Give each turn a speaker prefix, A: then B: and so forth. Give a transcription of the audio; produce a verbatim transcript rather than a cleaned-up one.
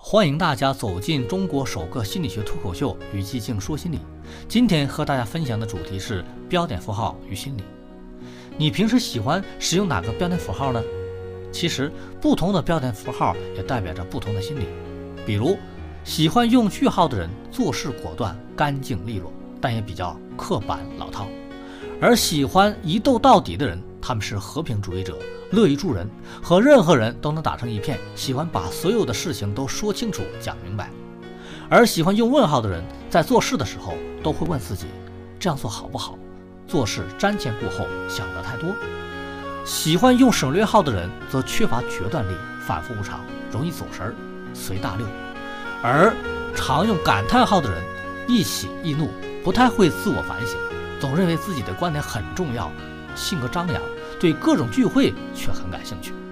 A: 欢迎大家走进中国首个心理学脱口秀《与寂静说心理》。今天和大家分享的主题是标点符号与心理。你平时喜欢使用哪个标点符号呢？其实不同的标点符号也代表着不同的心理。比如喜欢用句号的人做事果断、干净利落，但也比较刻板老套；而喜欢一斗到底的人，他们是和平主义者，乐于助人，和任何人都能打成一片，喜欢把所有的事情都说清楚讲明白。而喜欢用问号的人，在做事的时候都会问自己这样做好不好，做事瞻前顾后，想得太多。喜欢用省略号的人则缺乏决断力，反复无常，容易走神，随大流。而常用感叹号的人，易喜易怒，不太会自我反省，总认为自己的观点很重要，性格张扬，对各种聚会却很感兴趣。